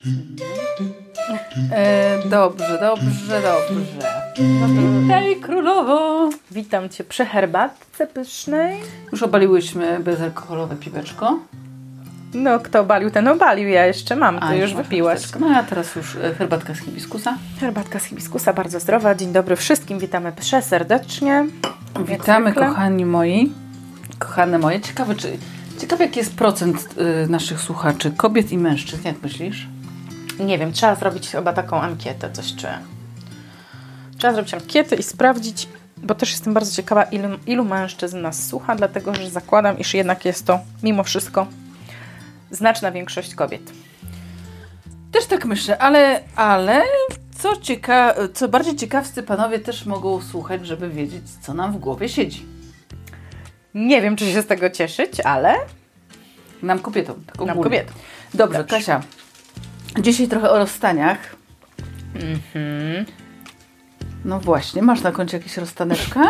Dobrze. Hej królowo! Witam Cię przy herbatce pysznej. Już obaliłyśmy bezalkoholowe piweczko. No, kto obalił, ten obalił. Ja jeszcze mam, Ty już wypiłaś. No ja teraz już herbatka z hibiskusa. Herbatka z hibiskusa, bardzo zdrowa. Dzień dobry wszystkim, witamy przeserdecznie. Witamy kochani moi. Kochane moje. Ciekawe jaki jest procent naszych słuchaczy, kobiet i mężczyzn, jak myślisz? Nie wiem, trzeba zrobić chyba taką ankietę, coś czuję. Trzeba zrobić ankietę i sprawdzić, bo też jestem bardzo ciekawa, ilu mężczyzn nas słucha, dlatego że zakładam, iż jednak jest to mimo wszystko znaczna większość kobiet. Też tak myślę, ale co bardziej ciekawscy panowie też mogą słuchać, żeby wiedzieć, co nam w głowie siedzi. Nie wiem, czy się z tego cieszyć, ale... Nam kobietom. Tak nam kobietom. Dobrze, Kasia. Dzisiaj trochę o rozstaniach. No właśnie, masz na koncie jakieś rozstaneczka?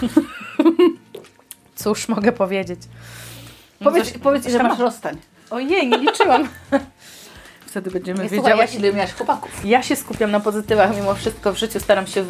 Cóż mogę powiedzieć? Powiedz, że masz rozstań. Ojej, nie liczyłam. Wtedy będziemy wiedziały, ile miałaś chłopaków. Ja się skupiam na pozytywach mimo wszystko w życiu. Staram się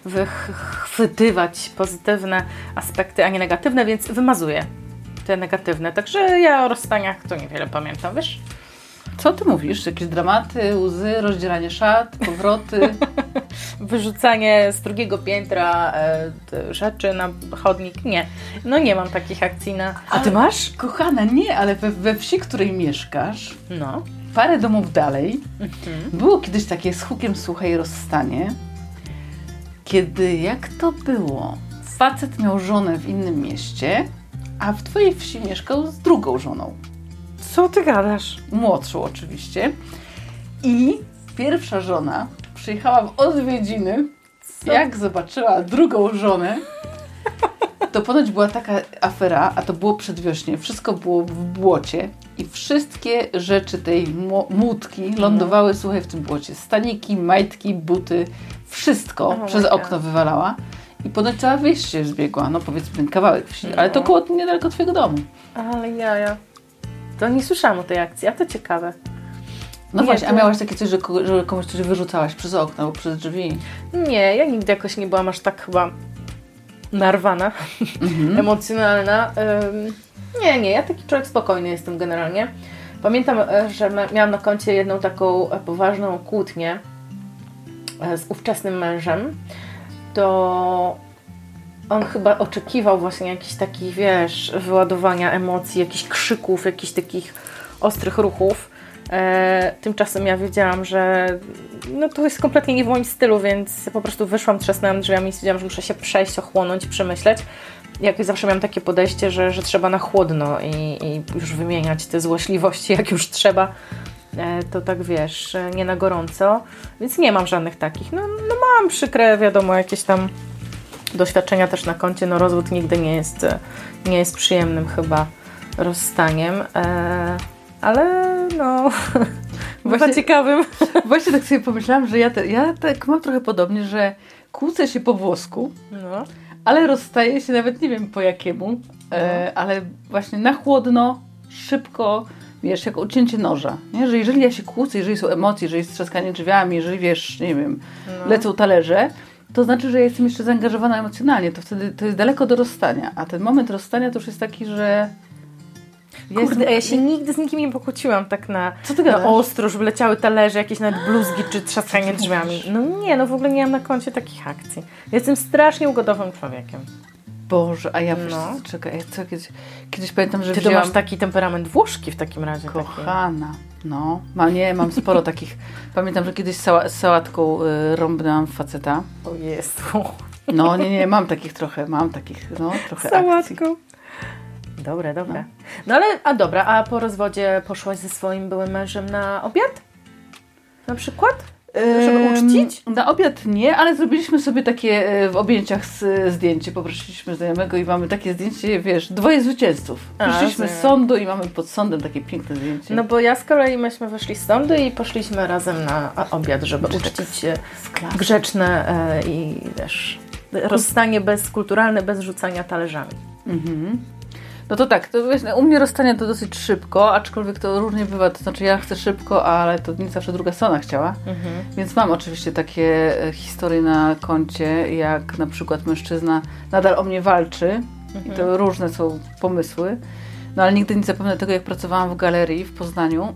wychwytywać pozytywne aspekty, a nie negatywne, więc wymazuję te negatywne. Także ja o rozstaniach to niewiele pamiętam, wiesz? Co ty mówisz? Jakieś dramaty, łzy, rozdzieranie szat, powroty? Wyrzucanie z drugiego piętra rzeczy na chodnik? Nie. No nie mam takich akcji na... A ty masz? Kochana, nie, ale we wsi, w której mieszkasz, no, parę domów dalej, było kiedyś takie z hukiem, słuchaj, rozstanie, kiedy, jak to było, facet miał żonę w innym mieście, a w twojej wsi mieszkał z drugą żoną. Co ty gadasz? Młodszą oczywiście. I pierwsza żona przyjechała w odwiedziny, jak zobaczyła drugą żonę, to ponoć była taka afera, a to było przedwiośnie, wszystko było w błocie i wszystkie rzeczy tej młódki lądowały, słuchaj, w tym błocie. Staniki, majtki, buty, wszystko przez okno wywalała i ponoć cała wieś się zbiegła, no powiedzmy ten kawałek wsi, ale to koło niedaleko twojego domu. Ale jaja. To nie słyszałam o tej akcji, a to ciekawe. No nie, właśnie, a miałaś takie coś, że komuś coś wyrzucałaś przez okno albo przez drzwi? Nie, ja nigdy jakoś nie byłam aż tak chyba narwana, emocjonalna. Nie, ja taki człowiek spokojny jestem generalnie. Pamiętam, że miałam na koncie jedną taką poważną kłótnię z ówczesnym mężem. To on chyba oczekiwał właśnie jakichś takich, wiesz, wyładowania emocji, jakichś krzyków, jakichś takich ostrych ruchów. Tymczasem ja wiedziałam, że no to jest kompletnie nie w moim stylu, więc po prostu wyszłam, trzasnęłam drzwiami i stwierdziłam, że muszę się przejść, ochłonąć, przemyśleć. Jakoś zawsze miałam takie podejście, że trzeba na chłodno i już wymieniać te złośliwości, jak już trzeba. To tak, wiesz, nie na gorąco. Więc nie mam żadnych takich. No mam przykre, wiadomo, jakieś tam doświadczenia też na koncie. No rozwód nigdy nie jest przyjemnym chyba rozstaniem. Ale no, właśnie ciekawym. Właśnie tak sobie pomyślałam, że ja tak mam trochę podobnie, że kłócę się po włosku, ale rozstaję się nawet nie wiem po jakiemu, ale właśnie na chłodno, szybko, wiesz, jak ucięcie noża. Nie? Że jeżeli ja się kłócę, jeżeli są emocje, jeżeli jest trzaskanie drzwiami, jeżeli wiesz, nie wiem, lecą talerze, to znaczy, że ja jestem jeszcze zaangażowana emocjonalnie, to wtedy to jest daleko do rozstania, a ten moment rozstania to już jest taki, że Kurde, ja się nigdy z nikim nie pokłóciłam tak na ostro, żeby leciały talerze, jakieś nawet bluzgi czy trzaskanie drzwiami. No nie, no w ogóle nie mam na koncie takich akcji. Ja jestem strasznie ugodowym człowiekiem. Boże, a ja czekaj, co kiedyś pamiętam, że Ty to masz taki temperament Włoszki w takim razie. Kochana, no. Mam sporo takich. Pamiętam, że kiedyś z sałatką rąbnęłam faceta. O Jezu. No nie, mam takich trochę Sałatką. akcji. Dobre. No ale, a po rozwodzie poszłaś ze swoim byłym mężem na obiad? Na przykład? Żeby uczcić? Na obiad nie, ale zrobiliśmy sobie takie w objęciach zdjęcie. Poprosiliśmy znajomego i mamy takie zdjęcie, wiesz, dwoje zwycięzców. Wyszliśmy z sądu i mamy pod sądem takie piękne zdjęcie. No bo ja z kolei myśmy wyszli z sądu i poszliśmy razem na obiad, żeby uczcić grzeczne i wiesz, rozstanie kulturalne bez rzucania talerzami. No to tak, to wiesz, u mnie rozstania to dosyć szybko, aczkolwiek to różnie bywa, to znaczy ja chcę szybko, ale to nie zawsze druga strona chciała. Więc mam oczywiście takie historie na koncie, jak na przykład mężczyzna nadal o mnie walczy i to różne są pomysły. No ale nigdy nie zapomnę tego, jak pracowałam w galerii w Poznaniu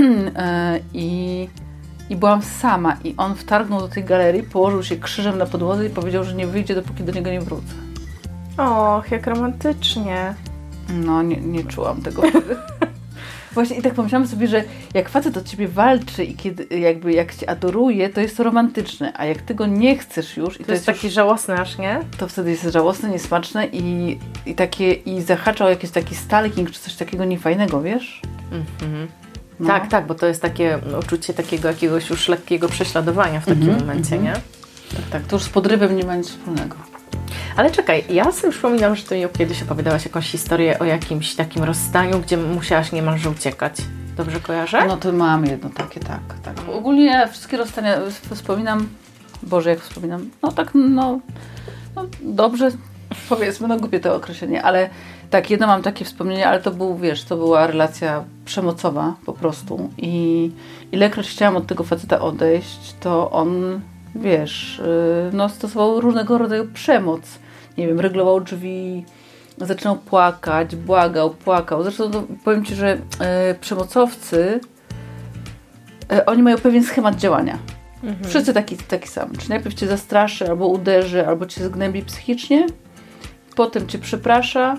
i byłam sama i on wtargnął do tej galerii, położył się krzyżem na podłodze i powiedział, że nie wyjdzie, dopóki do niego nie wrócę. Och, jak romantycznie. No, nie czułam tego wtedy. Właśnie i tak pomyślałam sobie, że jak facet od ciebie walczy i jak cię adoruje, to jest to romantyczne, a jak ty go nie chcesz już... To jest taki żałosny aż, nie? To wtedy jest żałosne, niesmaczne i zahacza o jakiś taki stalking czy coś takiego niefajnego, wiesz? No. Tak, bo to jest takie uczucie takiego jakiegoś już lekkiego prześladowania w takim momencie, nie? Tak, to już z podrywem nie ma nic wspólnego. Ale czekaj, ja sobie przypominam, że ty mi kiedyś opowiadałaś jakąś historię o jakimś takim rozstaniu, gdzie musiałaś niemalże uciekać. Dobrze kojarzę? No to mam jedno takie, tak. Ogólnie ja wszystkie rozstania wspominam, Boże, jak wspominam, no dobrze, powiedzmy, no głupie to określenie, ale tak, jedno mam takie wspomnienie, ale to była relacja przemocowa po prostu i ilekroć chciałam od tego faceta odejść, to on, wiesz, stosował różnego rodzaju przemoc. Nie wiem, ryglował drzwi, zaczynał płakać, płakał. Zresztą powiem Ci, że przemocowcy, oni mają pewien schemat działania. Wszyscy taki sam. Czyli najpierw Cię zastraszy, albo uderzy, albo Cię zgnębi psychicznie, potem Cię przeprasza,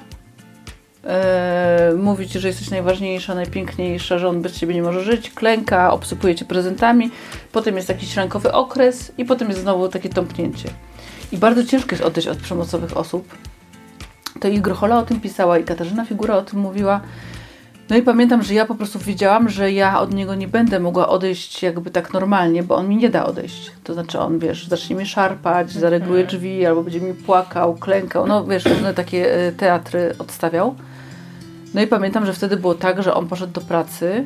mówi Ci, że jesteś najważniejsza, najpiękniejsza, że on bez Ciebie nie może żyć, klęka, obsypuje Cię prezentami, potem jest jakiś rękowy okres i potem jest znowu takie tąpnięcie. I bardzo ciężko jest odejść od przemocowych osób. To i Grochola o tym pisała, i Katarzyna Figura o tym mówiła. No i pamiętam, że ja po prostu wiedziałam, że ja od niego nie będę mogła odejść jakby tak normalnie, bo on mi nie da odejść. To znaczy on, wiesz, zacznie mnie szarpać, zaregluje drzwi, albo będzie mi płakał, klękał. No wiesz, różne takie teatry odstawiał. No i pamiętam, że wtedy było tak, że on poszedł do pracy.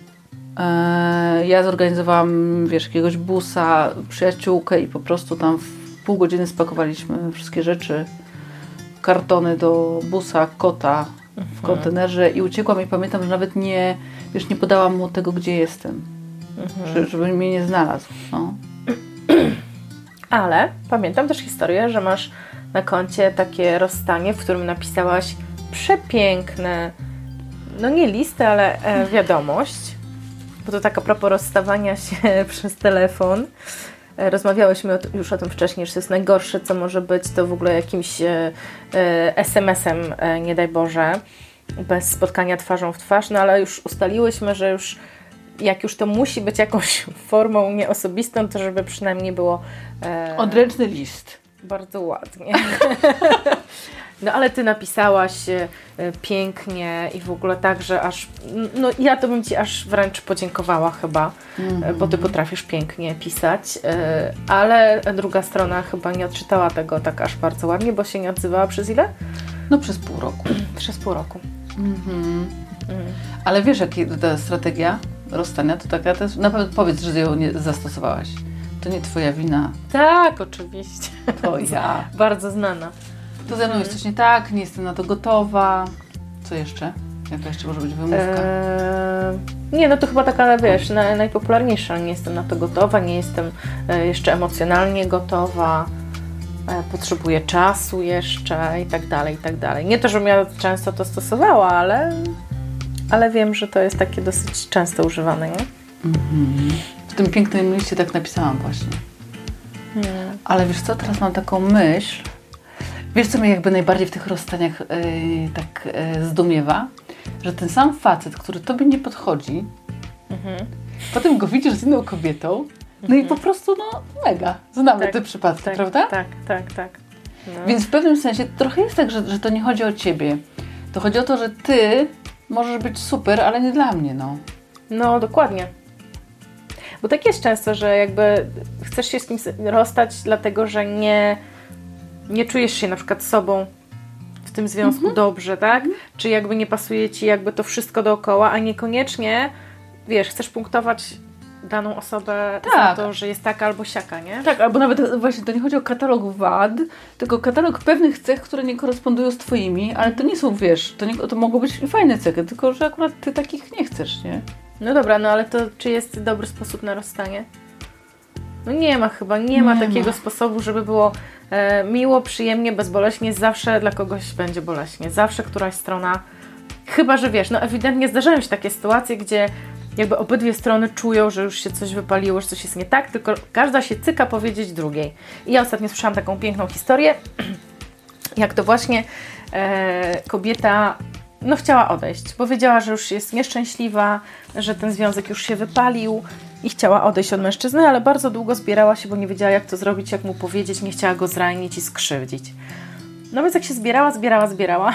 Ja zorganizowałam, wiesz, jakiegoś busa, przyjaciółkę i po prostu tam w pół godziny spakowaliśmy wszystkie rzeczy, kartony do busa, kota w kontenerze i uciekłam i pamiętam, że nawet nie podałam mu tego, gdzie jestem, żeby mnie nie znalazł. No. Ale pamiętam też historię, że masz na koncie takie rozstanie, w którym napisałaś przepiękne, no nie listę, ale wiadomość, bo to tak a propos rozstawania się przez telefon. Rozmawiałyśmy już o tym wcześniej, że to jest najgorsze, co może być, to w ogóle jakimś SMS-em, nie daj Boże, bez spotkania twarzą w twarz, no ale już ustaliłyśmy, że już jak już to musi być jakąś formą nieosobistą, to żeby przynajmniej było... odręczny list. Bardzo ładnie. No ale Ty napisałaś pięknie i w ogóle tak, że aż... No ja to bym Ci aż wręcz podziękowała chyba, bo Ty potrafisz pięknie pisać, ale druga strona chyba nie odczytała tego tak aż bardzo ładnie, bo się nie odzywała przez ile? No przez pół roku. Przez pół roku. Ale wiesz, jaka ta strategia rozstania, to taka też... Na pewno powiedz, że ją nie zastosowałaś. To nie Twoja wina. Tak, oczywiście. To ja. Bardzo znana. To ze mną jest coś nie tak, nie jestem na to gotowa. Co jeszcze? Jaka jeszcze może być wymówka? Nie, no to chyba taka, wiesz, najpopularniejsza. Nie jestem na to gotowa, nie jestem jeszcze emocjonalnie gotowa, potrzebuję czasu jeszcze i tak dalej, i tak dalej. Nie to, żebym ja często to stosowała, ale wiem, że to jest takie dosyć często używane, nie? W tym pięknym liście tak napisałam właśnie. Ale wiesz co, teraz mam taką myśl. Wiesz, co mnie jakby najbardziej w tych rozstaniach zdumiewa? Że ten sam facet, który tobie nie podchodzi, potem go widzisz z inną kobietą, no i po prostu, no mega. Znamy te przypadki, prawda? Tak. No. Więc w pewnym sensie trochę jest tak, że to nie chodzi o ciebie. To chodzi o to, że ty możesz być super, ale nie dla mnie, no. No, dokładnie. Bo tak jest często, że jakby chcesz się z kimś rozstać, dlatego że nie czujesz się na przykład sobą w tym związku dobrze, tak? Czy jakby nie pasuje Ci jakby to wszystko dookoła, a niekoniecznie, wiesz, chcesz punktować daną osobę Tak. za to, że jest taka albo siaka, nie? Tak, albo nawet właśnie to nie chodzi o katalog wad, tylko katalog pewnych cech, które nie korespondują z twoimi, ale to nie są, wiesz, to mogą być fajne cechy, tylko że akurat ty takich nie chcesz, nie? No dobra, no ale to czy jest dobry sposób na rozstanie? No nie ma chyba, nie ma takiego sposobu, żeby było miło, przyjemnie, bezboleśnie, zawsze dla kogoś będzie boleśnie, zawsze któraś strona, chyba że wiesz, no ewidentnie zdarzają się takie sytuacje, gdzie jakby obydwie strony czują, że już się coś wypaliło, że coś jest nie tak, tylko każda się cyka powiedzieć drugiej. I ja ostatnio słyszałam taką piękną historię, jak to właśnie kobieta chciała odejść, bo wiedziała, że już jest nieszczęśliwa, że ten związek już się wypalił i chciała odejść od mężczyzny, ale bardzo długo zbierała się, bo nie wiedziała, jak to zrobić, jak mu powiedzieć, nie chciała go zranić i skrzywdzić. No więc jak się zbierała,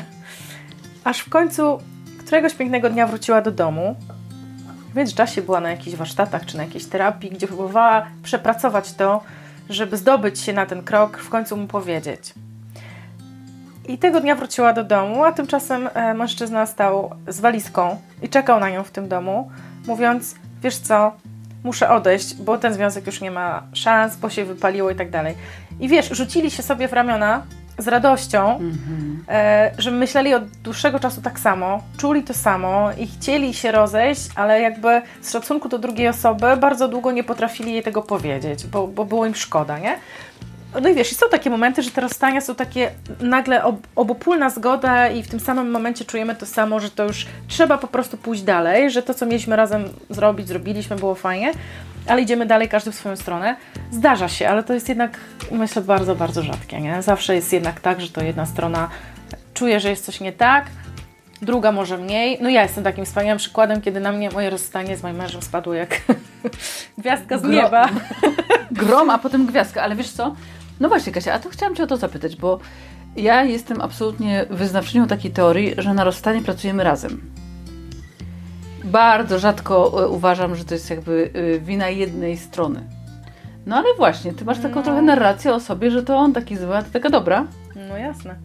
aż w końcu któregoś pięknego dnia wróciła do domu. W międzyczasie była na jakichś warsztatach czy na jakiejś terapii, gdzie próbowała przepracować to, żeby zdobyć się na ten krok, w końcu mu powiedzieć. I tego dnia wróciła do domu, a tymczasem mężczyzna stał z walizką i czekał na nią w tym domu, mówiąc, wiesz co, muszę odejść, bo ten związek już nie ma szans, bo się wypaliło i tak dalej. I wiesz, rzucili się sobie w ramiona z radością, że myśleli od dłuższego czasu tak samo, czuli to samo i chcieli się rozejść, ale jakby z szacunku do drugiej osoby bardzo długo nie potrafili jej tego powiedzieć, bo było im szkoda, nie? No i wiesz, i są takie momenty, że te rozstania są takie nagle obopólna zgoda i w tym samym momencie czujemy to samo, że to już trzeba po prostu pójść dalej, że to, co mieliśmy razem zrobiliśmy, było fajnie, ale idziemy dalej, każdy w swoją stronę. Zdarza się, ale to jest jednak, myślę, bardzo, bardzo rzadkie, nie? Zawsze jest jednak tak, że to jedna strona czuje, że jest coś nie tak, druga może mniej. No ja jestem takim wspaniałym przykładem, kiedy na mnie moje rozstanie z moim mężem spadło jak gwiazdka z nieba. Grom, a potem gwiazdka, ale wiesz co? No właśnie, Kasia, a to chciałam Cię o to zapytać, bo ja jestem absolutnie wyznawczynią takiej teorii, że na rozstanie pracujemy razem. Bardzo rzadko uważam, że to jest jakby wina jednej strony. No ale właśnie, Ty masz taką trochę narrację o sobie, że to on taki zły, a Ty taka dobra. No jasne.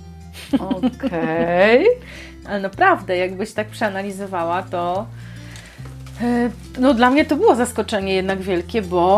Okej. Ale naprawdę, jakbyś tak przeanalizowała, to no dla mnie to było zaskoczenie jednak wielkie, bo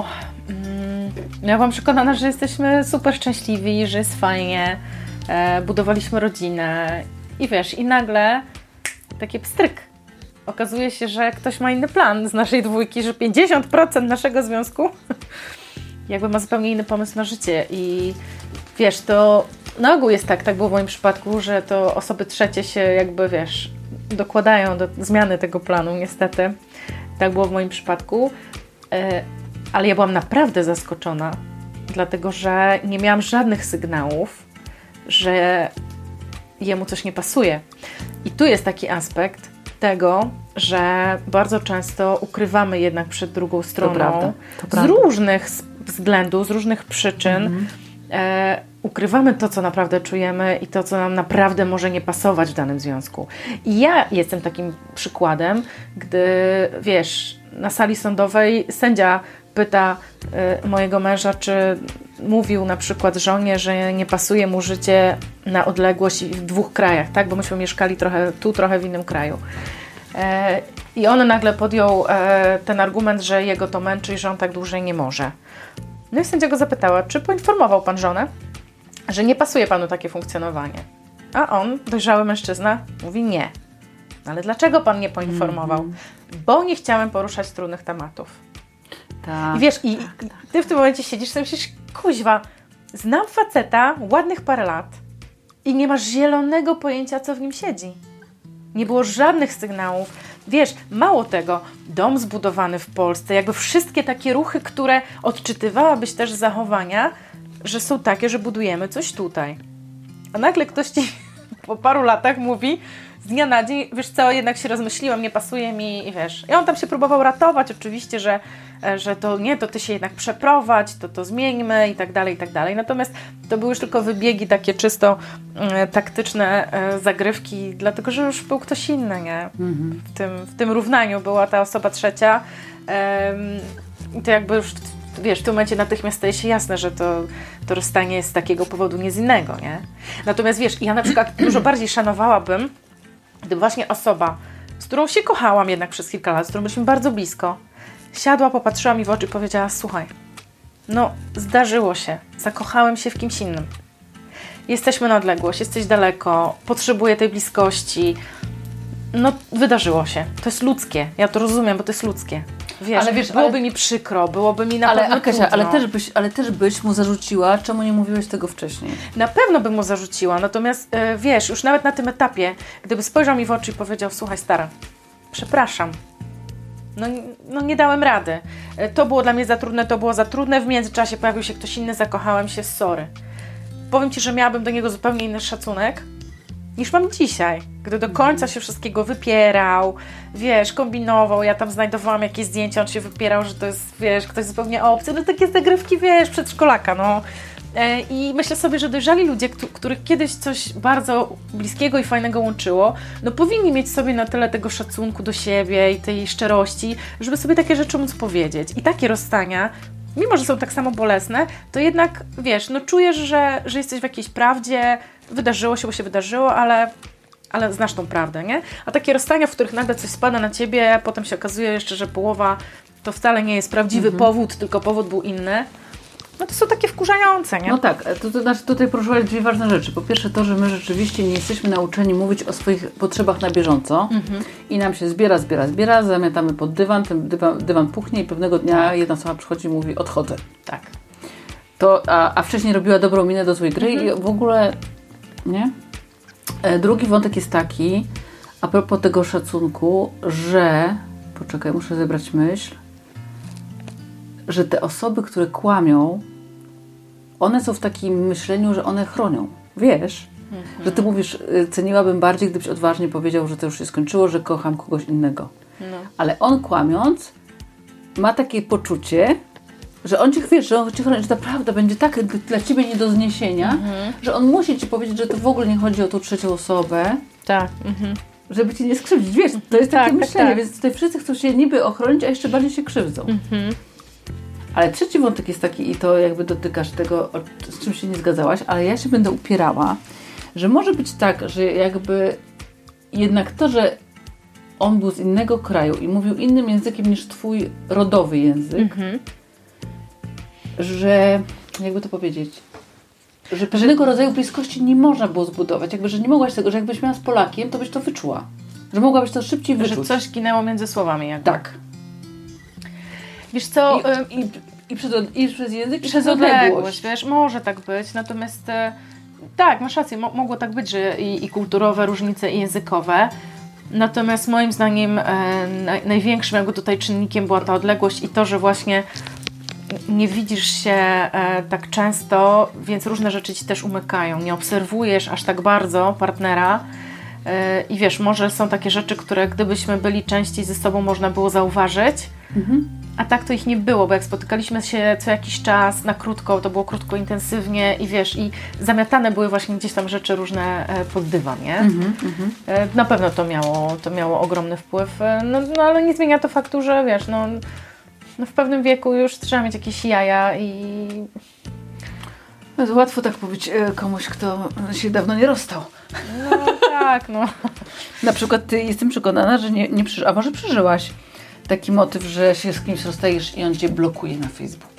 ja byłam przekonana, że jesteśmy super szczęśliwi, że jest fajnie, budowaliśmy rodzinę i wiesz, i nagle taki pstryk. Okazuje się, że ktoś ma inny plan z naszej dwójki, że 50% naszego związku jakby ma zupełnie inny pomysł na życie i wiesz, to na ogół jest tak było w moim przypadku, że to osoby trzecie się jakby, wiesz, dokładają do zmiany tego planu, niestety. Tak było w moim przypadku. Ale ja byłam naprawdę zaskoczona, dlatego że nie miałam żadnych sygnałów, że jemu coś nie pasuje. I tu jest taki aspekt tego, że bardzo często ukrywamy jednak przed drugą stroną to prawda. Z różnych względów, z różnych przyczyn. Ukrywamy to, co naprawdę czujemy i to, co nam naprawdę może nie pasować w danym związku. I ja jestem takim przykładem, gdy, wiesz, na sali sądowej sędzia pyta mojego męża, czy mówił na przykład żonie, że nie pasuje mu życie na odległość w 2 krajach, tak? Bo myśmy mieszkali trochę tu, trochę w innym kraju. I on nagle podjął ten argument, że jego to męczy i że on tak dłużej nie może. No i sędzia go zapytała, czy poinformował pan żonę, że nie pasuje panu takie funkcjonowanie? A on, dojrzały mężczyzna, mówi nie. Ale dlaczego pan nie poinformował? Bo nie chciałem poruszać trudnych tematów. Tak, I wiesz, tak. ty w tym momencie siedzisz i myślisz, kuźwa, znam faceta ładnych parę lat i nie masz zielonego pojęcia, co w nim siedzi. Nie było żadnych sygnałów. Wiesz, mało tego, dom zbudowany w Polsce, jakby wszystkie takie ruchy, które odczytywałabyś też z zachowania, że są takie, że budujemy coś tutaj. A nagle ktoś ci po paru latach mówi z dnia na dzień, wiesz co, jednak się rozmyśliłam, nie pasuje mi i wiesz. I on tam się próbował ratować oczywiście, że to nie, to ty się jednak przeprowadź, to zmieńmy i tak dalej, i tak dalej. Natomiast to były już tylko wybiegi takie czysto taktyczne zagrywki, dlatego, że już był ktoś inny, nie? W tym równaniu była ta osoba trzecia i to jakby już wiesz, w tym momencie natychmiast staje się jasne, że to rozstanie jest z takiego powodu, nie z innego, nie? Natomiast wiesz, ja na przykład dużo bardziej szanowałabym, gdyby właśnie osoba, z którą się kochałam jednak przez kilka lat, z którą byliśmy bardzo blisko, siadła, popatrzyła mi w oczy i powiedziała, słuchaj, no zdarzyło się, zakochałem się w kimś innym. Jesteśmy na odległość, jesteś daleko, potrzebuję tej bliskości. No, wydarzyło się. To jest ludzkie. Ja to rozumiem, bo to jest ludzkie. Wiesz, byłoby mi przykro, byłoby mi na pewno Kasia, trudno. ale też byś mu zarzuciła, czemu nie mówiłeś tego wcześniej? Na pewno bym mu zarzuciła, natomiast wiesz, już nawet na tym etapie, gdyby spojrzał mi w oczy i powiedział, słuchaj stara, przepraszam, no nie dałem rady. To było dla mnie za trudne, to było za trudne, w międzyczasie pojawił się ktoś inny, zakochałem się, sorry. Powiem Ci, że miałabym do niego zupełnie inny szacunek, niż mam dzisiaj, gdy do końca się wszystkiego wypierał, wiesz, kombinował, ja tam znajdowałam jakieś zdjęcia, on się wypierał, że to jest, wiesz, ktoś zupełnie obcy, no takie zagrywki, wiesz, przedszkolaka, no. I myślę sobie, że dojrzali ludzie, których kiedyś coś bardzo bliskiego i fajnego łączyło, no powinni mieć sobie na tyle tego szacunku do siebie i tej szczerości, żeby sobie takie rzeczy móc powiedzieć. I takie rozstania, mimo że są tak samo bolesne, to jednak, wiesz, no czujesz, że jesteś w jakiejś prawdzie, wydarzyło się, bo się wydarzyło, ale znasz tą prawdę, nie? A takie rozstania, w których nagle coś spada na Ciebie, a potem się okazuje jeszcze, że połowa to wcale nie jest prawdziwy powód, tylko powód był inny, no to są takie wkurzające, nie? No tak, to znaczy tutaj poruszyłaś dwie ważne rzeczy. Po pierwsze to, że my rzeczywiście nie jesteśmy nauczeni mówić o swoich potrzebach na bieżąco i nam się zbiera, zamiatamy pod dywan, ten dywan puchnie i pewnego dnia jedna osoba przychodzi i mówi odchodzę. Tak. A wcześniej robiła dobrą minę do złej gry i w ogóle, nie? Drugi wątek jest taki, a propos tego szacunku, że, poczekaj, muszę zebrać myśl, że te osoby, które kłamią, one są w takim myśleniu, że one chronią. Wiesz? Że ty mówisz, ceniłabym bardziej, gdybyś odważnie powiedział, że to już się skończyło, że kocham kogoś innego. No. Ale on kłamiąc ma takie poczucie, że on ci, wiesz, że on ci chroni, że ta prawda będzie tak dla ciebie nie do zniesienia, że on musi ci powiedzieć, że to w ogóle nie chodzi o tą trzecią osobę. Tak. Żeby cię nie skrzywdzić. Wiesz, to jest takie myślenie, więc tutaj wszyscy chcą się niby ochronić, a jeszcze bardziej się krzywdzą. Ale trzeci wątek jest taki, i to jakby dotykasz tego, z czym się nie zgadzałaś, ale ja się będę upierała, że może być tak, że jakby jednak to, że on był z innego kraju i mówił innym językiem niż twój rodowy język, że, jakby to powiedzieć, że pewnego rodzaju bliskości nie można było zbudować. Jakby, że nie mogłaś tego, że jakbyś miała z Polakiem, to byś to wyczuła. Że mogłabyś to szybciej wyczuć. Że coś ginęło między słowami jakby. Tak. Wiesz co... I przez język, i przez odległość. Wiesz, może tak być, natomiast tak, masz rację, mogło tak być, że i kulturowe różnice, i językowe. Natomiast moim zdaniem największym jakby tutaj czynnikiem była ta odległość i to, że właśnie nie widzisz się tak często, więc różne rzeczy Ci też umykają. Nie obserwujesz aż tak bardzo partnera i wiesz, może są takie rzeczy, które gdybyśmy byli częściej ze sobą, można było zauważyć, a tak to ich nie było, bo jak spotykaliśmy się co jakiś czas na krótko, to było krótko, intensywnie i wiesz, i zamiatane były właśnie gdzieś tam rzeczy różne pod dywan, nie? Na pewno to miało ogromny wpływ, no ale nie zmienia to faktu, że wiesz, no w pewnym wieku już trzeba mieć jakieś jaja i... No, łatwo tak powiedzieć komuś, kto się dawno nie rozstał. No tak, no. Na przykład ty jestem przekonana, że nie przeżyłaś, a może przeżyłaś taki motyw, że się z kimś rozstajesz i on cię blokuje na Facebooku.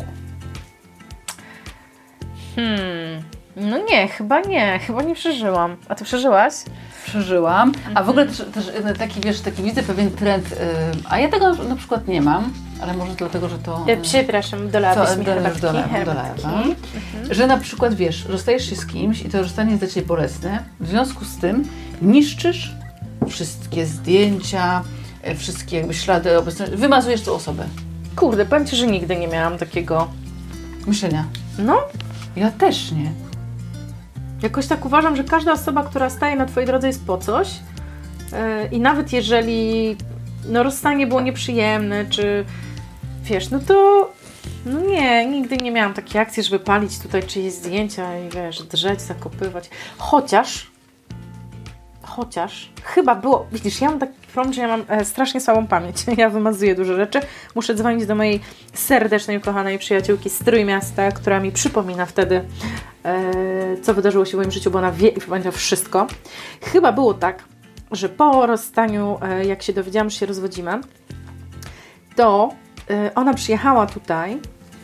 No nie, chyba nie przeżyłam. A ty przeżyłaś? Przeżyłam, a w ogóle też taki, wiesz, taki widzę pewien trend, a ja tego na przykład nie mam, ale może dlatego, że to... Przepraszam, dolałabyś mi herbatki. Że na przykład, wiesz, rozstajesz się z kimś i to rozstanie jest dla ciebie bolesne, w związku z tym niszczysz wszystkie zdjęcia, wszystkie jakby ślady obecności, wymazujesz tą osobę. Kurde, powiem Ci, że nigdy nie miałam takiego myślenia. No. Ja też nie. Jakoś tak uważam, że każda osoba, która staje na Twojej drodze jest po coś i nawet jeżeli rozstanie było nieprzyjemne, czy wiesz, no to nie, nigdy nie miałam takiej akcji, żeby palić tutaj czyjeś zdjęcia i wiesz, drzeć, zakopywać. Chociaż chyba było, widzisz, ja mam taki problem, że ja mam strasznie słabą pamięć. Ja wymazuję dużo rzeczy. Muszę dzwonić do mojej serdecznej, ukochanej przyjaciółki z Trójmiasta, która mi przypomina wtedy, co wydarzyło się w moim życiu, bo ona wie i pamięta wszystko. Chyba było tak, że po rozstaniu, jak się dowiedziałam, że się rozwodzimy, to ona przyjechała tutaj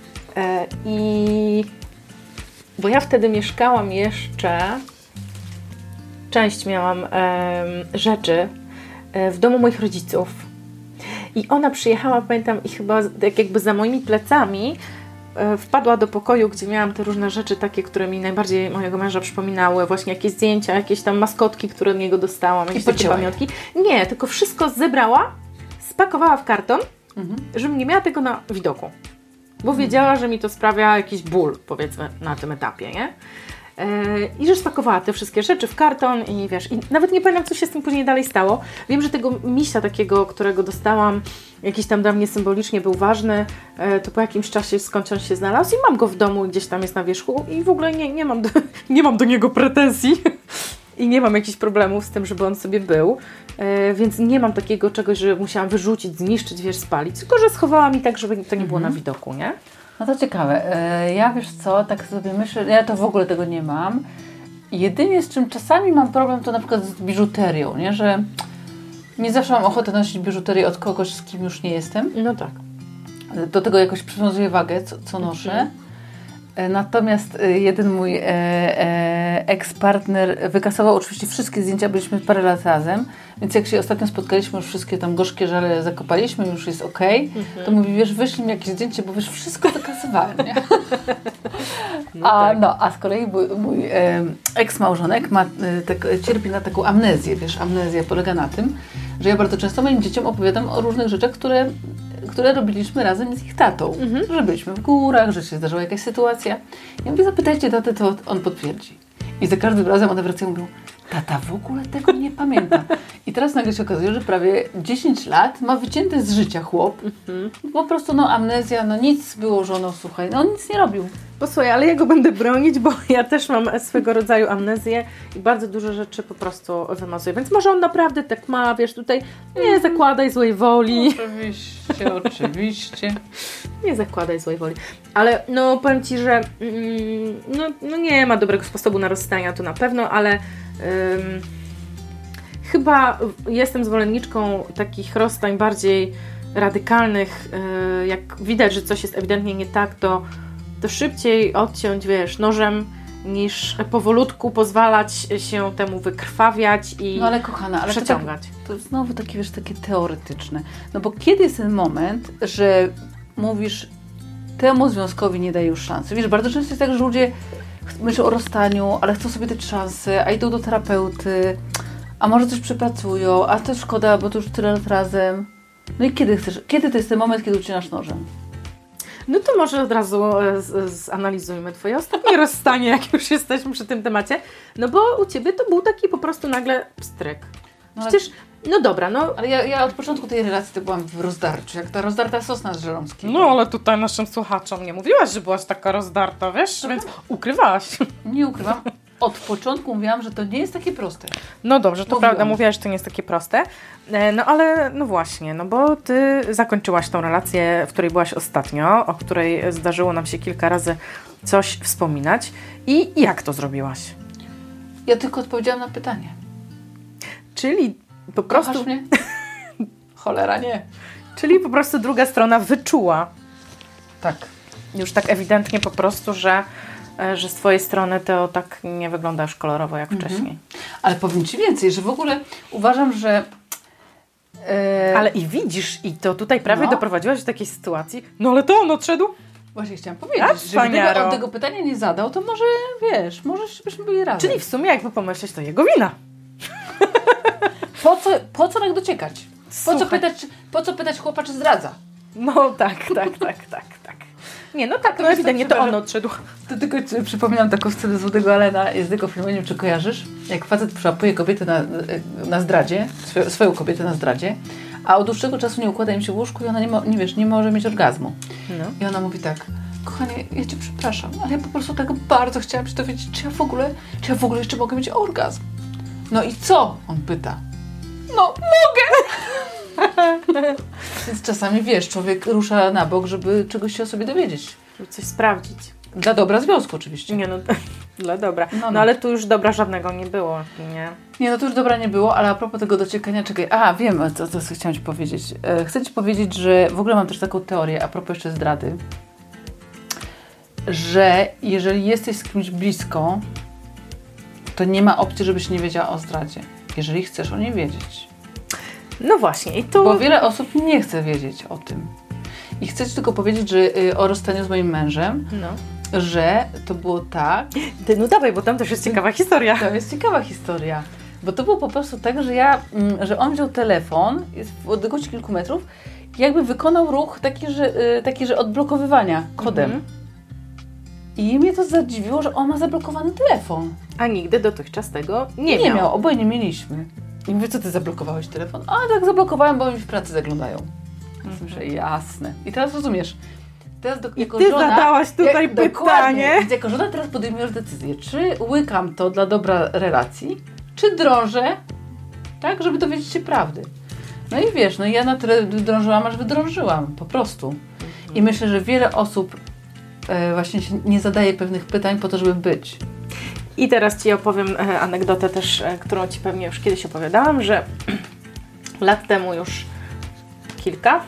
i... Bo ja wtedy mieszkałam jeszcze... Część miałam rzeczy w domu moich rodziców. I ona przyjechała, pamiętam, i chyba tak jakby za moimi plecami wpadła do pokoju, gdzie miałam te różne rzeczy takie, które mi najbardziej mojego męża przypominały. Właśnie jakieś zdjęcia, jakieś tam maskotki, które od niego dostałam, jakieś takie pamiątki. Nie, tylko wszystko zebrała, spakowała w karton, żebym nie miała tego na widoku. Bo wiedziała, że mi to sprawia jakiś ból, powiedzmy, na tym etapie, nie? I że spakowała te wszystkie rzeczy w karton i wiesz, i nawet nie pamiętam, co się z tym później dalej stało. Wiem, że tego misia takiego, którego dostałam, jakiś tam dla mnie symbolicznie był ważny, to po jakimś czasie skądś on się znalazł i mam go w domu, gdzieś tam jest na wierzchu i w ogóle nie mam do niego pretensji i nie mam jakichś problemów z tym, żeby on sobie był, więc nie mam takiego czegoś, że musiałam wyrzucić, zniszczyć, wiesz, spalić, tylko że schowałam i tak, żeby to nie było na widoku, nie? No to ciekawe. Ja wiesz co, tak sobie myślę, ja to w ogóle tego nie mam. Jedynie z czym czasami mam problem, to na przykład z biżuterią, nie? Że nie zawsze mam ochotę nosić biżuterię od kogoś, z kim już nie jestem. No tak. Do tego jakoś przywiązuję wagę, co noszę. Natomiast jeden mój ex-partner wykasował oczywiście wszystkie zdjęcia, byliśmy parę lat razem, więc jak się ostatnio spotkaliśmy, już wszystkie tam gorzkie żale zakopaliśmy, już jest okej, to mówi, wiesz, wyślij mi jakieś zdjęcie, bo wiesz, wszystko wykasowałem, nie? A z kolei mój ex-małżonek cierpi na taką amnezję, wiesz, amnezja polega na tym, że ja bardzo często moim dzieciom opowiadam o różnych rzeczach, które robiliśmy razem z ich tatą. Że byliśmy w górach, że się zdarzyła jakaś sytuacja. Ja mówię, zapytajcie tatę, to on potwierdzi. I za każdym razem one wracają i mówią, tata w ogóle tego nie pamięta. I teraz nagle się okazuje, że prawie 10 lat ma wycięte z życia chłop. Po prostu amnezja, nic było żoną, słuchaj, on nic nie robił. Posłuchaj, ale ja go będę bronić, bo ja też mam swego rodzaju amnezję i bardzo dużo rzeczy po prostu wymazuję. Więc może on naprawdę tak ma, wiesz, tutaj nie zakładaj złej woli. Oczywiście. Nie zakładaj złej woli. Ale powiem Ci, że nie ma dobrego sposobu na rozstania, to na pewno, ale chyba jestem zwolenniczką takich rozstań bardziej radykalnych. Jak widać, że coś jest ewidentnie nie tak, to szybciej odciąć, wiesz, nożem, niż powolutku pozwalać się temu wykrwawiać i ale kochana, ale przeciągać. To znowu takie, wiesz, takie teoretyczne. Bo kiedy jest ten moment, że mówisz, temu związkowi nie daje już szansy. Wiesz, bardzo często jest tak, że ludzie myślą o rozstaniu, ale chcą sobie dać szansę, a idą do terapeuty, a może coś przepracują, a to szkoda, bo to już tyle lat razem. No i kiedy to jest ten moment, kiedy ucinasz nożem? No to może od razu zanalizujmy Twoje ostatnie rozstanie, jak już jesteśmy przy tym temacie. No bo u Ciebie to był taki po prostu nagle pstryk. Przecież, dobra. Ale ja od początku tej relacji to byłam w rozdarciu, jak ta rozdarta sosna z Żeromskiego. No ale tutaj naszym słuchaczom nie mówiłaś, że byłaś taka rozdarta, wiesz? Więc ukrywałaś. Nie ukrywam. Od początku mówiłam, że to nie jest takie proste. No dobrze, to prawda, mówiłaś, że to nie jest takie proste. Ale właśnie, bo Ty zakończyłaś tą relację, w której byłaś ostatnio, o której zdarzyło nam się kilka razy coś wspominać. I jak to zrobiłaś? Ja tylko odpowiedziałam na pytanie. Czyli po prostu... Kochasz mnie? Cholera, nie. Czyli po prostu druga strona wyczuła. Tak. Już tak ewidentnie po prostu, że z Twojej strony to tak nie wygląda już kolorowo jak wcześniej. Ale powiem Ci więcej, że w ogóle uważam, że... Ale i widzisz, i to tutaj prawie doprowadziłaś do takiej sytuacji. No ale to on odszedł. Właśnie chciałam powiedzieć, że gdyby on tego pytania nie zadał, to może, wiesz, może byśmy byli razem. Czyli w sumie jakby pomyśleć, to jego wina. Po co tak dociekać? Po co pytać chłopa, czy zdradza? No tak. Nie, ewidentnie to on odszedł. To tylko przypominam taką scenę z Woody'ego Allena, jest tylko film, nie wiem, czy kojarzysz, jak facet przyłapuje kobietę na zdradzie, swoją kobietę na zdradzie, a od dłuższego czasu nie układa im się w łóżku i ona nie może mieć orgazmu. No. I ona mówi tak, kochanie, ja Cię przepraszam, ale ja po prostu tak bardzo chciałam się dowiedzieć, czy ja w ogóle jeszcze mogę mieć orgazm. No i co? On pyta. No, mogę! Więc czasami, wiesz, człowiek rusza na bok, żeby czegoś się o sobie dowiedzieć. Żeby coś sprawdzić. Dla dobra związku oczywiście. Nie, Dla dobra. No ale tu już dobra żadnego nie było, nie? Nie, no to już dobra nie było, ale a propos tego dociekania, czekaj, wiem, co chciałam Ci powiedzieć. Chcę Ci powiedzieć, że w ogóle mam też taką teorię, a propos jeszcze zdrady, że jeżeli jesteś z kimś blisko, to nie ma opcji, żebyś nie wiedziała o zdradzie, jeżeli chcesz o niej wiedzieć. No właśnie. I to... Bo wiele osób nie chce wiedzieć o tym. I chcę Ci tylko powiedzieć, że o rozstaniu z moim mężem, że to było tak... No dawaj, bo tam też jest ciekawa historia. To jest ciekawa historia. Bo to było po prostu tak, że on wziął telefon w odległości kilku metrów i jakby wykonał ruch taki, że odblokowywania kodem. I mnie to zadziwiło, że on ma zablokowany telefon. A nigdy dotychczas tego nie miał. Oboje nie mieliśmy. I mówię, co ty zablokowałeś telefon? A tak zablokowałem, bo mi w pracy zaglądają. Myślę, jasne. I teraz rozumiesz. Teraz jako ty żona, zadałaś tutaj pytanie. Więc jako żona teraz podejmujesz decyzję, czy łykam to dla dobra relacji, czy drążę, tak, żeby dowiedzieć się prawdy. No i wiesz, ja na tyle drążyłam, aż wydrążyłam, po prostu. I myślę, że wiele osób właśnie się nie zadaje pewnych pytań po to, żeby być. I teraz Ci opowiem anegdotę też, którą Ci pewnie już kiedyś opowiadałam, że lat temu już kilka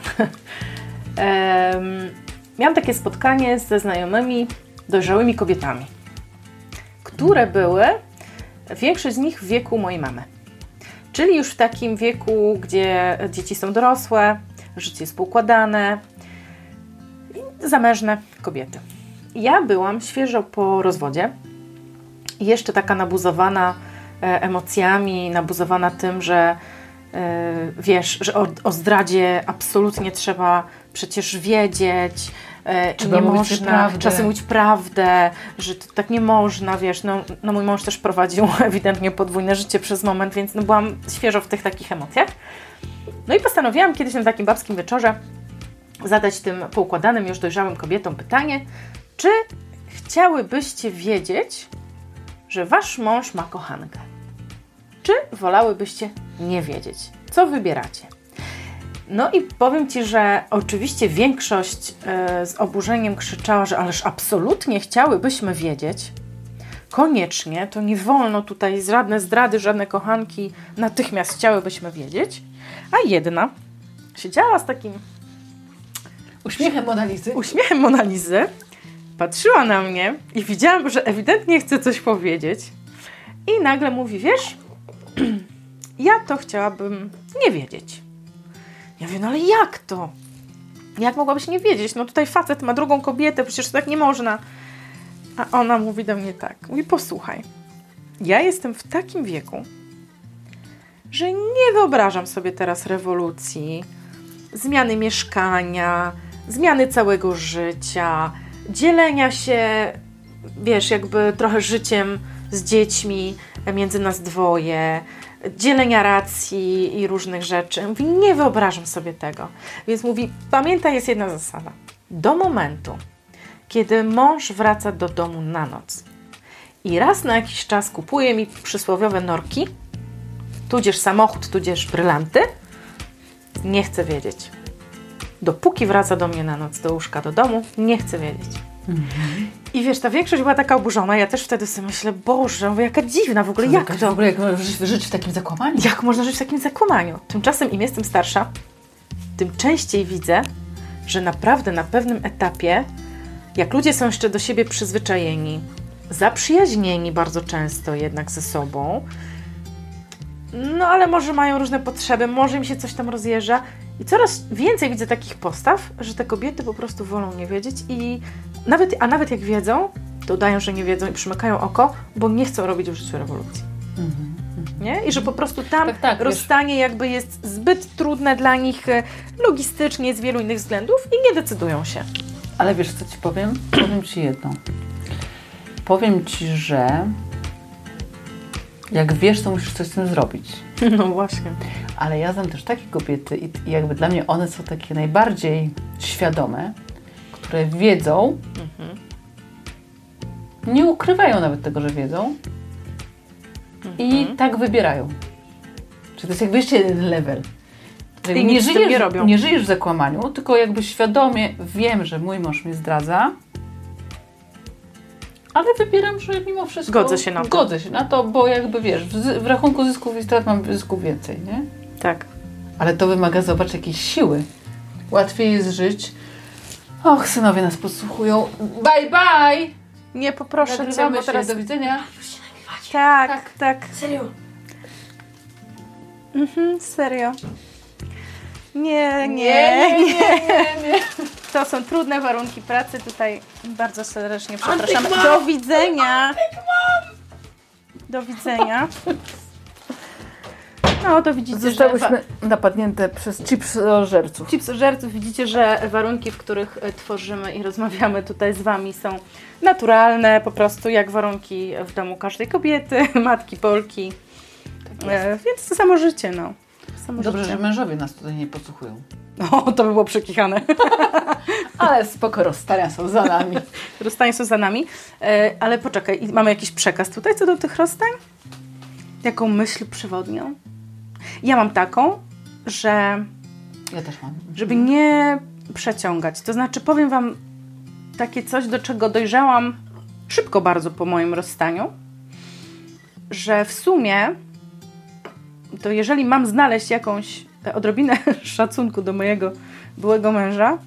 miałam takie spotkanie ze znajomymi, dojrzałymi kobietami, które były, większość z nich w wieku mojej mamy. Czyli już w takim wieku, gdzie dzieci są dorosłe, życie jest poukładane, zamężne kobiety. Ja byłam świeżo po rozwodzie i jeszcze taka nabuzowana emocjami, nabuzowana tym, że wiesz, że o zdradzie absolutnie trzeba przecież wiedzieć, trzeba nie mówić można czasem mówić prawdę, że to tak nie można, wiesz, no mój mąż też prowadził ewidentnie podwójne życie przez moment, więc byłam świeżo w tych takich emocjach. No i postanowiłam kiedyś na takim babskim wieczorze zadać tym poukładanym, już dojrzałym kobietom pytanie, czy chciałybyście wiedzieć, że wasz mąż ma kochankę? Czy wolałybyście nie wiedzieć? Co wybieracie? No i powiem Ci, że oczywiście większość z oburzeniem krzyczała, że ależ absolutnie chciałybyśmy wiedzieć. Koniecznie, to nie wolno tutaj żadne zdrady, żadne kochanki, natychmiast chciałybyśmy wiedzieć. A jedna siedziała z takim uśmiechem Monalizy, patrzyła na mnie i widziałam, że ewidentnie chce coś powiedzieć. I nagle mówi, wiesz, ja to chciałabym nie wiedzieć. Ja mówię, no ale jak to? Jak mogłabyś nie wiedzieć? No tutaj facet ma drugą kobietę, przecież tak nie można. A ona mówi do mnie tak, mówi, posłuchaj, ja jestem w takim wieku, że nie wyobrażam sobie teraz rewolucji, zmiany mieszkania, zmiany całego życia, dzielenia się, wiesz, jakby trochę życiem z dziećmi między nas dwoje, dzielenia racji i różnych rzeczy. Mówi, nie wyobrażam sobie tego. Więc mówi, pamiętaj, jest jedna zasada. Do momentu, kiedy mąż wraca do domu na noc i raz na jakiś czas kupuje mi przysłowiowe norki, tudzież samochód, tudzież brylanty, nie chcę wiedzieć. Dopóki wraca do mnie na noc, do łóżka, do domu, nie chcę wiedzieć. I wiesz, ta większość była taka oburzona. Ja też wtedy sobie myślę, Boże, mówię, jaka dziwna w ogóle, jak to? W ogóle jak żyć w takim zakłamaniu? Jak można żyć w takim zakłamaniu? Tymczasem im jestem starsza, tym częściej widzę, że naprawdę na pewnym etapie, jak ludzie są jeszcze do siebie przyzwyczajeni, zaprzyjaźnieni bardzo często jednak ze sobą, no ale może mają różne potrzeby, może im się coś tam rozjeżdża i coraz więcej widzę takich postaw, że te kobiety po prostu wolą nie wiedzieć i nawet jak wiedzą, to udają, że nie wiedzą i przymykają oko, bo nie chcą robić w życiu rewolucji. Nie? I że po prostu tam rozstanie wiesz, jakby jest zbyt trudne dla nich logistycznie z wielu innych względów i nie decydują się. Ale wiesz, co Ci powiem? Powiem Ci jedno. Powiem Ci, że jak wiesz, to musisz coś z tym zrobić. No właśnie. Ale ja znam też takie kobiety i jakby dla mnie one są takie najbardziej świadome, które wiedzą, nie ukrywają nawet tego, że wiedzą i tak wybierają. Czyli to jest jakby jeszcze jeden level. Nie żyjesz w zakłamaniu, tylko jakby świadomie wiem, że mój mąż mnie zdradza, Ale wybieram, że mimo wszystko... Godzę się na to, bo jakby wiesz, w rachunku zysków i strat mam zysków więcej, nie? Tak. Ale to wymaga, zobacz, jakiejś siły. Łatwiej jest żyć. Och, synowie nas podsłuchują. Bye, bye! Nie, poproszę Cię, bo teraz... Do widzenia. Tak. Serio? Serio. Nie. To są trudne warunki pracy. Tutaj bardzo serdecznie przepraszam. Do widzenia. Do widzenia. No, to widzicie, Zostałyśmy napadnięte przez chipsożerców. Chipsożerców. Widzicie, że warunki, w których tworzymy i rozmawiamy tutaj z Wami, są naturalne, po prostu jak warunki w domu każdej kobiety, matki Polki. Tak więc to samo życie, no. Dobrze, że mężowie nas tutaj nie podsłuchują. O, to by było przekichane. Ale spoko, rozstania są za nami. Rozstania są za nami. Ale poczekaj, mamy jakiś przekaz tutaj co do tych rozstań? Jaką myśl przewodnią? Ja mam taką, że... Ja też mam. Żeby nie przeciągać. To znaczy, powiem Wam takie coś, do czego dojrzałam szybko bardzo po moim rozstaniu, że w sumie to jeżeli mam znaleźć jakąś odrobinę szacunku do mojego byłego męża,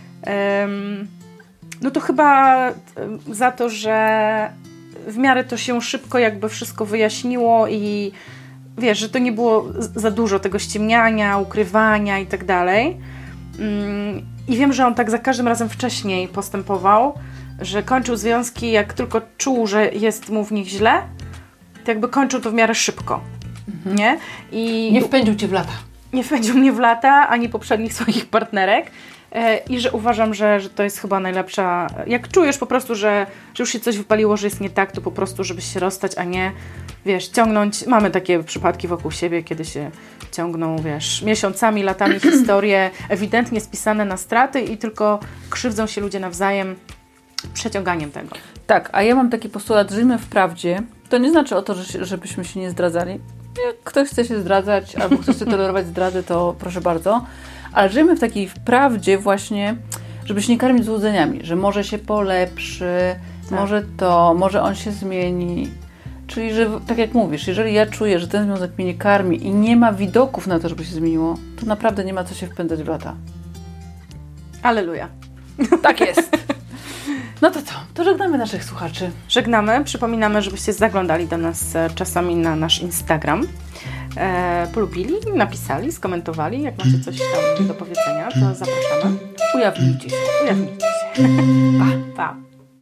no to chyba za to, że w miarę to się szybko jakby wszystko wyjaśniło i wiesz, że to nie było za dużo tego ściemniania, ukrywania i tak dalej. I wiem, że on tak za każdym razem wcześniej postępował, że kończył związki, jak tylko czuł, że jest mu w nich źle, to jakby kończył to w miarę szybko. Nie? I nie wpędził Cię w lata. Nie wpędził mnie w lata, ani poprzednich swoich partnerek. I że uważam, że to jest chyba najlepsza... Jak czujesz po prostu, że już się coś wypaliło, że jest nie tak, to po prostu, żebyś się rozstać, a nie, wiesz, ciągnąć... Mamy takie przypadki wokół siebie, kiedy się ciągną, wiesz, miesiącami, latami historie ewidentnie spisane na straty i tylko krzywdzą się ludzie nawzajem przeciąganiem tego. Tak, a ja mam taki postulat, żyjmy w prawdzie. To nie znaczy o to, żebyśmy się nie zdradzali. Jak ktoś chce się zdradzać albo ktoś chce tolerować zdrady, to proszę bardzo. Ale żyjmy w takiej wprawdzie właśnie, żeby się nie karmić złudzeniami, że może się polepszy, może on się zmieni. Czyli, że tak jak mówisz, jeżeli ja czuję, że ten związek mnie nie karmi i nie ma widoków na to, żeby się zmieniło, to naprawdę nie ma co się wpędzać w lata. Alleluja. Tak jest. No to co? To żegnamy naszych słuchaczy. Żegnamy. Przypominamy, żebyście zaglądali do nas czasami na nasz Instagram. Polubili, napisali, skomentowali. Jak macie coś tam do powiedzenia, to zapraszamy. Ujawnijcie się. Pa. Pa.